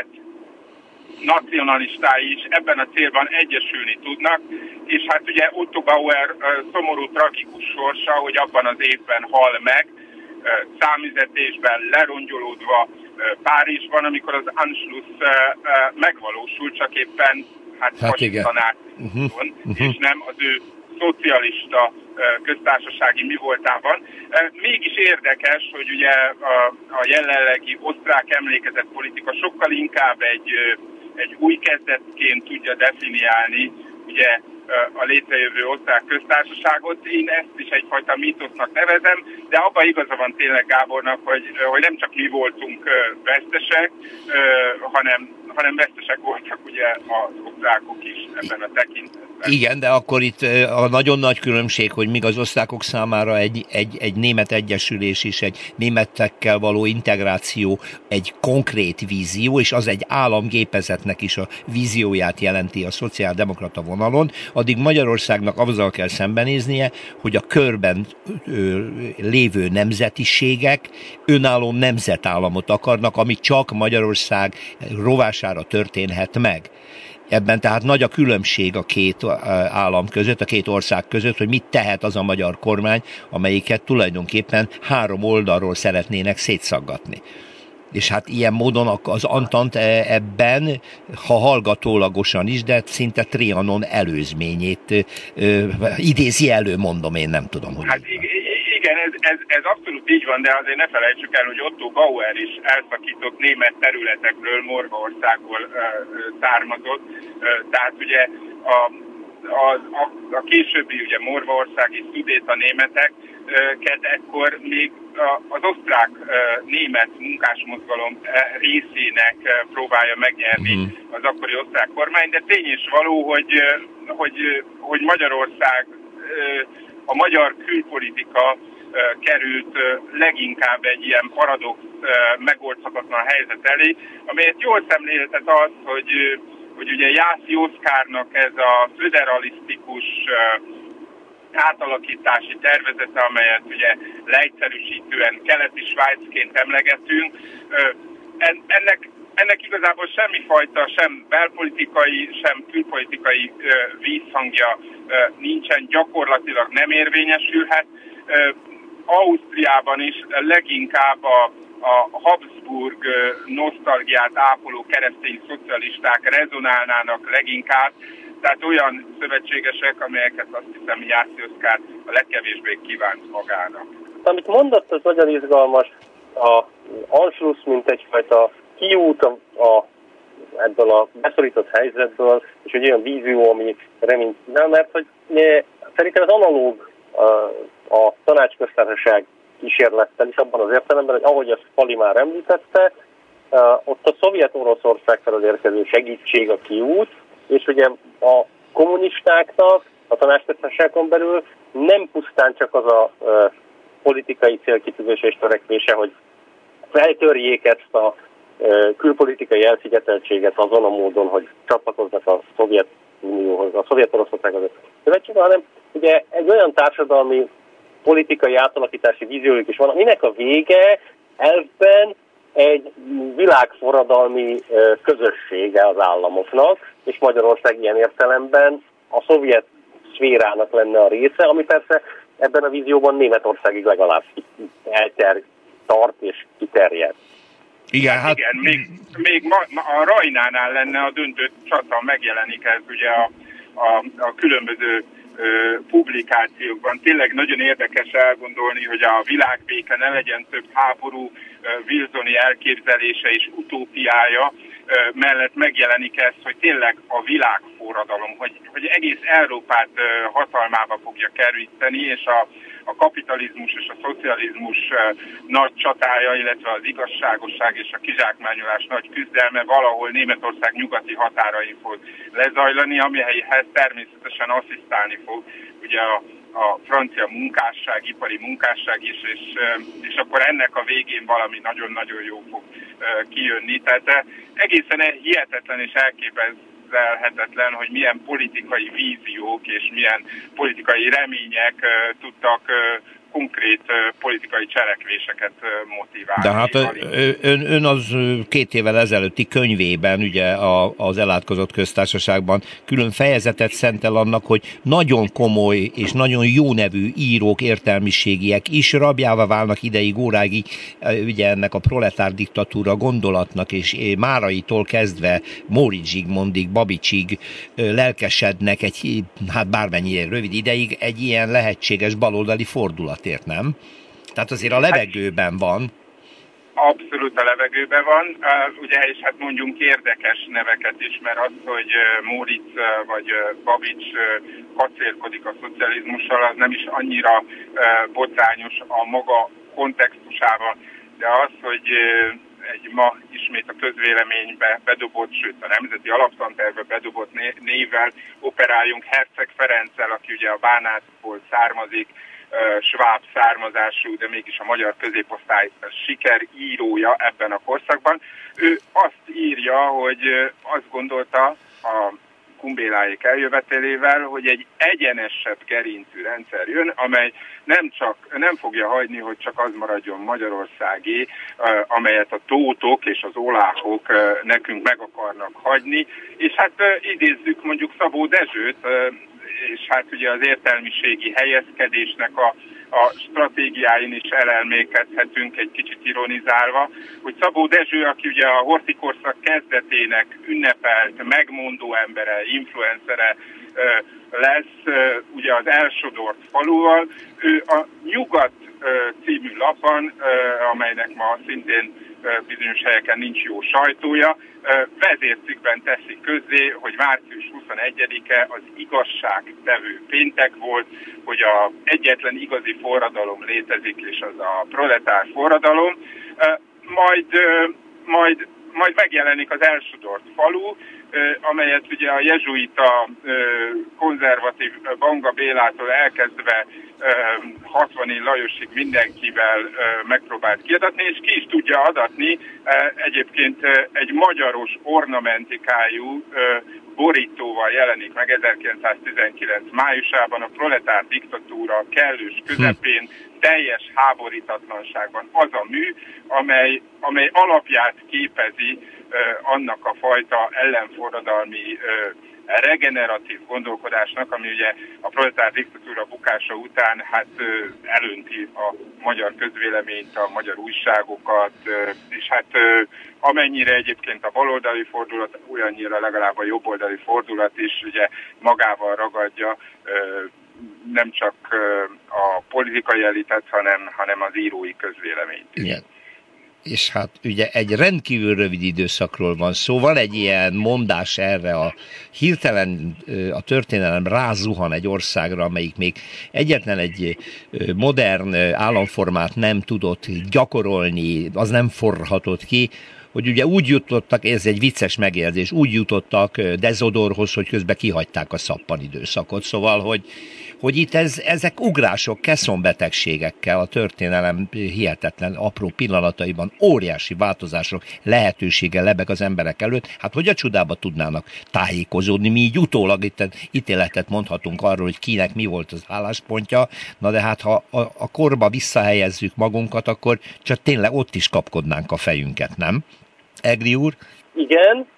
Speaker 3: nacionalistái is ebben a célban egyesülni tudnak, és hát ugye Otto Bauer szomorú, tragikus sorsa, hogy abban az évben hal meg, számüzetésben lerongyolódva Párizsban, amikor az Anschluss megvalósul, csak éppen hát, hát fasisztanát, uh-huh. uh-huh. és nem az ő szocialista köztársasági mi voltában. Mégis érdekes, hogy ugye a, a jelenlegi osztrák emlékezett politika sokkal inkább egy, egy új kezdetként tudja definiálni ugye a létrejövő osztrák köztársaságot. Én ezt is egyfajta mítosznak nevezem, de abban igaza van tényleg Gábornak, hogy, hogy nem csak mi voltunk vesztesek, hanem, hanem vesztesek voltak ugye az osztrákok is ebben a tekintetben.
Speaker 2: Igen, de akkor itt a nagyon nagy különbség, hogy míg az osztrákok számára egy, egy, egy német egyesülés is, egy németekkel való integráció egy konkrét vízió, és az egy államgépezetnek is a vízióját jelenti a szociáldemokrata vonalon, addig Magyarországnak azzal kell szembenéznie, hogy a körben ö, lévő nemzetiségek önálló nemzetállamot akarnak, ami csak Magyarország rovására történhet meg. Ebben tehát nagy a különbség a két állam között, a két ország között, hogy mit tehet az a magyar kormány, amelyiket tulajdonképpen három oldalról szeretnének szétszaggatni. És hát ilyen módon az Antant ebben, ha hallgatólagosan is, de szinte Trianon előzményét ö, idézi elő, mondom, én nem tudom, hogy...
Speaker 3: Hát igen, ez, ez, ez abszolút így van, de azért ne felejtsük el, hogy Otto Bauer is elszakított német területekről, Morvaországból ö, származott, ö, tehát ugye a, a, a, a későbbi ugye Morvaországi szudéta németek, ekkor még az osztrák-német munkásmozgalom részének próbálja megnyerni mm. az akkori osztrák kormány, de tény és való, hogy, hogy, hogy Magyarország, a magyar külpolitika került leginkább egy ilyen paradox, megoldhatatlan helyzet elé, amelyet jól szemléltet az, hogy, hogy ugye Jászi Oszkárnak ez a föderalisztikus átalakítási tervezete, amelyet ugye leegyszerűsítően keleti Svájcként emlegetünk, ennek, ennek igazából semmifajta, sem belpolitikai, sem külpolitikai vízhangja nincsen, gyakorlatilag nem érvényesülhet. Ausztriában is leginkább a a Habsburg nosztalgiát ápoló keresztény szocialisták rezonálnának leginkább, tehát olyan szövetségesek, amelyeket azt hiszem Jászai Oszkár a legkevésbé kívánt magának.
Speaker 4: Amit mondott, az nagyon izgalmas, a Anschluss, mint egyfajta kiút a, a, ebből a beszorított helyzetből, és egy olyan vízió, ami reményt nem, mert hogy ne, szerintem az analóg a, a tanácsköztársaság kísérlettel is abban az értelemben, hogy ahogy ezt Pali már említette, ott a Szovjet-Oroszország felől érkező segítség a kiút, és ugye a kommunistáknak a tanácsköztársaságon belül nem pusztán csak az a uh, politikai célkitűzés és törekvése, hogy feltörjék ezt a uh, külpolitikai elszigeteltséget azon a módon, hogy csatlakoznak a Szovjetunióhoz, a Szovjet-Oroszországhoz szövetségben, hanem ugye egy olyan társadalmi politikai átalakítási víziójuk is van, aminek a vége elvben egy világforradalmi uh, közössége az államoknak, és Magyarország ilyen értelemben a szovjet szférának lenne a része, ami persze ebben a vízióban Németországig legalább elter, tart és kiterjed.
Speaker 3: Igen, hát... Igen, még, még ma, ma a Rajnánál lenne a döntő csata, megjelenik ez ugye a, a, a különböző ö, publikációkban. Tényleg nagyon érdekes elgondolni, hogy a világbéke ne legyen több háború, ö, Wilsoni elképzelése és utópiája, mellett megjelenik ez, hogy tényleg a világforradalom, hogy, hogy egész Európát hatalmába fogja keríteni, és a, a kapitalizmus és a szocializmus nagy csatája, illetve az igazságosság és a kizsákmányolás nagy küzdelme valahol Németország nyugati határain fog lezajlani, amelyhez természetesen asszisztálni fog ugye a a francia munkásság, ipari munkásság is, és, és akkor ennek a végén valami nagyon-nagyon jó fog kijönni. Tehát egészen hihetetlen és elképzelhetetlen, hogy milyen politikai víziók és milyen politikai remények tudtak konkrét politikai cselekvéseket motiválni.
Speaker 2: De hát ön, ön az két évvel ezelőtti könyvében, ugye az elátkozott köztársaságban külön fejezetet szentel annak, hogy nagyon komoly és nagyon jó nevű írók, értelmiségiek is rabjává válnak ideig, óráig, ugye ennek a proletár diktatúra gondolatnak, és Máraitól kezdve Móricz Zsigmondig, Babicsig lelkesednek egy, hát bármennyire rövid ideig egy ilyen lehetséges baloldali fordulat. Nem? Tehát azért a levegőben van.
Speaker 3: Abszolút a levegőben van. Uh, ugye, és hát mondjunk érdekes neveket is, mert az, hogy Móricz vagy Babics kacérkodik a szocializmussal, az nem is annyira uh, botrányos a maga kontextusában, de az, hogy uh, egy ma ismét a közvéleménybe bedobott, sőt a Nemzeti Alaptantervbe bedobott névvel operáljunk Herceg Ferenccel, aki ugye a Bánátból származik, sváb származású, de mégis a magyar középosztály sikerírója ebben a korszakban. Ő azt írja, hogy azt gondolta a Kumbéláék eljövetelével, hogy egy egyenesebb gerincű rendszer jön, amely nem csak nem fogja hagyni, hogy csak az maradjon Magyarországé, amelyet a tótok és az oláhok nekünk meg akarnak hagyni. És hát idézzük mondjuk Szabó Dezsőt, és hát ugye az értelmiségi helyezkedésnek a, a stratégiáin is elelmélkedhetünk egy kicsit ironizálva, hogy Szabó Dezső, aki ugye a Horthy korszak kezdetének ünnepelt, megmondó embere, influencere lesz, ugye az elsodort faluval, ő a Nyugat című lapon, amelynek ma szintén bizonyos helyeken nincs jó sajtója, vezércikkben teszi közzé, hogy március huszonegyedike az igazságtevő péntek volt, hogy a egyetlen igazi forradalom létezik, és az a proletár forradalom. Majd, majd, majd megjelenik az elsodort falu, amelyet ugye a jezsuita konzervatív Banga Bélától elkezdve hatvani Lajosig mindenkivel megpróbált kiadatni, és ki is tudja adatni. Egyébként egy magyaros ornamentikájú borítóval jelenik meg ezerkilencszáztizenkilenc májusában a proletár diktatúra kellős közepén, teljes háborítatlanságban az a mű, amely, amely alapját képezi annak a fajta ellenforradalmi regeneratív gondolkodásnak, ami ugye a proletár diktatúra bukása után hát elönti a magyar közvéleményt, a magyar újságokat, és hát amennyire egyébként a baloldali fordulat, olyannyira legalább a jobboldali fordulat is ugye magával ragadja nem csak a politikai elitet, hanem, hanem az írói közvéleményt is.
Speaker 2: Igen. És hát ugye egy rendkívül rövid időszakról van szó. Van egy ilyen mondás erre, a hirtelen a történelem rázuhan egy országra, amelyik még egyetlen egy modern államformát nem tudott gyakorolni, az nem forrhatott ki, hogy ugye úgy jutottak, ez egy vicces megjegyzés, úgy jutottak Dezodorhoz, hogy közben kihagyták a szappan időszakot. Szóval, hogy, hogy itt ez, ezek ugrások, keszonbetegségekkel a történelem hihetetlen apró pillanataiban óriási változások lehetősége lebeg az emberek előtt. Hát hogy a csodába tudnának tájékozódni? Mi így utólag itt ítéletet mondhatunk arról, hogy kinek mi volt az álláspontja, na de hát ha a, a korba visszahelyezzük magunkat, akkor csak tényleg ott is kapkodnánk a fejünket, nem? Egri úr?
Speaker 4: Igen,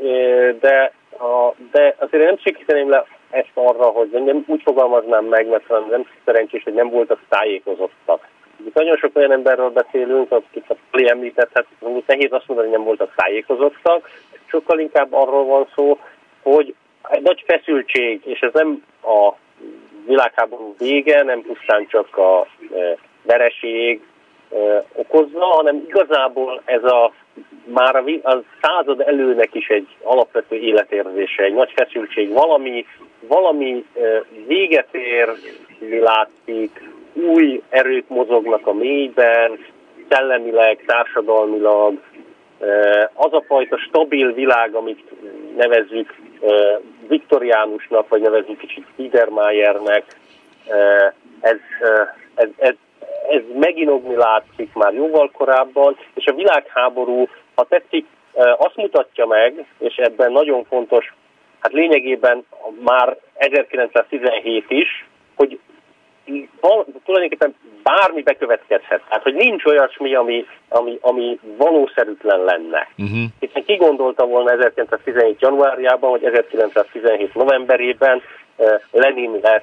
Speaker 4: de, a, de azért nem szűkíteném le ezt arra, hogy nem úgy fogalmaznám meg, mert nem szerencsés, hogy nem voltak tájékozottak. Itt nagyon sok olyan emberről beszélünk, akik a Pali említett, hát nehéz azt mondani, hogy nem voltak tájékozottak. Sokkal inkább arról van szó, hogy egy nagy feszültség, és ez nem a világháború vége, nem pusztán csak a vereség okozza, hanem igazából ez a már a, a század előnek is egy alapvető életérzése, egy nagy feszültség, valami, valami véget ér, látszik, új erők mozognak a mélyben, szellemileg, társadalmilag, az a fajta stabil világ, amit nevezzük viktoriánusnak, vagy nevezzük kicsit Biedermeiernek, ez, ez, ez Ez meginogni látszik már jóval korábban, és a világháború, ha tetszik, azt mutatja meg, és ebben nagyon fontos, hát lényegében már ezerkilencszáztizenhét is, hogy tulajdonképpen bármi bekövetkezhet. Hát, hogy nincs olyasmi, ami, ami, ami valószerűtlen lenne. Uh-huh. Hiszen ki gondolta volna ezerkilencszáztizenhét januárjában, vagy ezerkilencszáztizenhét novemberében Lenin lesz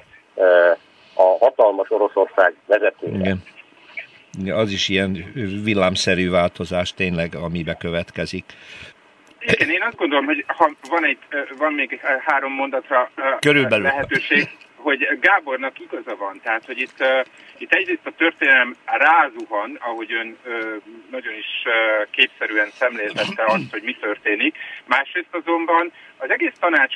Speaker 4: a hatalmas Oroszország vezetője.
Speaker 2: Igen. Az is ilyen villámszerű változás tényleg, amibe következik.
Speaker 3: Igen, én azt gondolom, hogy ha van, egy, van még három mondatra
Speaker 2: Körülbelül.
Speaker 3: lehetőség, hogy Gábornak igaza van. Tehát, hogy itt, itt egyrészt a történelem rázuhan, ahogy ön nagyon is képszerűen szemléltette azt, hogy mi történik. Másrészt azonban az egész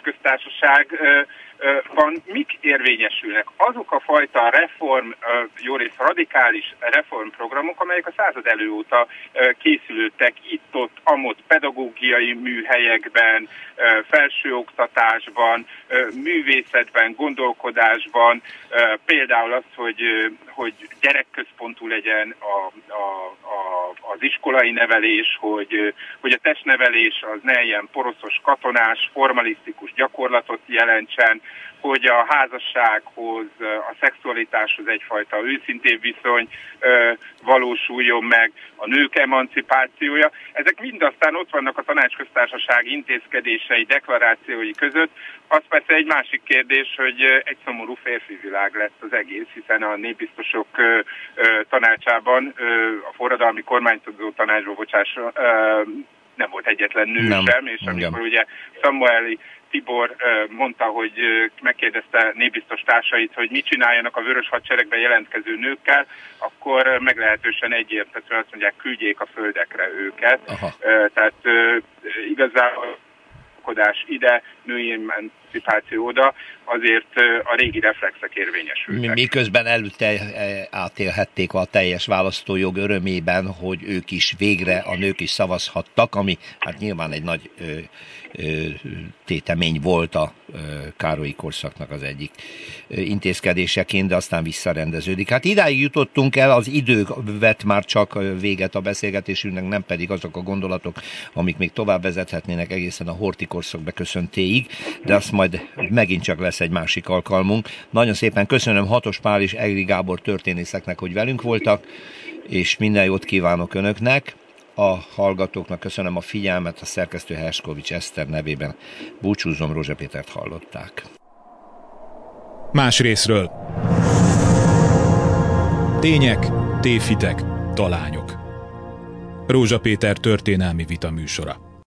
Speaker 3: tanácsköztársaságban mik érvényesülnek? Azok a fajta reform, jó rész radikális reformprogramok, amelyek a század elő óta készülődtek itt-ott, amott pedagógiai műhelyekben, felsőoktatásban, művészetben, gondolkodásban, például az, hogy, hogy gyerekközpontú legyen a, a, a, az iskolai nevelés, hogy, hogy a testnevelés az ne ilyen poroszos katonás, formalisztikus gyakorlatot jelentsen, hogy a házassághoz, a szexualitáshoz egyfajta őszintébb viszony ö, valósuljon meg, a nők emancipációja. Ezek mind aztán ott vannak a tanácsköztársaság intézkedései, deklarációi között. Az persze egy másik kérdés, hogy egy szomorú férfi világ lett az egész, hiszen a népbiztosok ö, ö, tanácsában, ö, a forradalmi kormányzó tanácsban, bocsáss, ö, nem volt egyetlen nő
Speaker 2: nem.
Speaker 3: sem, és amikor nem. ugye Samueli Tibor mondta, hogy megkérdezte népbiztos társait, hogy mit csináljanak a Vörös Hadseregben jelentkező nőkkel, akkor meglehetősen egyértelműen azt mondják, küldjék a földekre őket. Aha. Tehát igazából ide, női emancipáció oda, azért a régi reflexek érvényesültek.
Speaker 2: Miközben előtte átélhették a teljes választójog örömében, hogy ők is végre, a nők is szavazhattak, ami hát nyilván egy nagy ö, ö, tétemény volt a ö, Károlyi korszaknak az egyik ö, intézkedéseként, de aztán visszarendeződik. Hát idáig jutottunk el, az idő vett már csak véget a beszélgetésünknek, nem pedig azok a gondolatok, amik még tovább vezethetnének egészen a Horthy korszak beköszöntéig, de azt majd megint csak lesz egy másik alkalmunk. Nagyon szépen köszönöm Hatos Pál és Egri Gábor történészeknek, hogy velünk voltak, és minden jót kívánok önöknek. a hallgatóknak, köszönöm a figyelmet, a szerkesztő Herskovics Eszter nevében búcsúzom, Rózsa Pétert hallották.
Speaker 1: Más részről. Tények, tévhitek, talányok. Rózsa Péter történelmi vita műsora.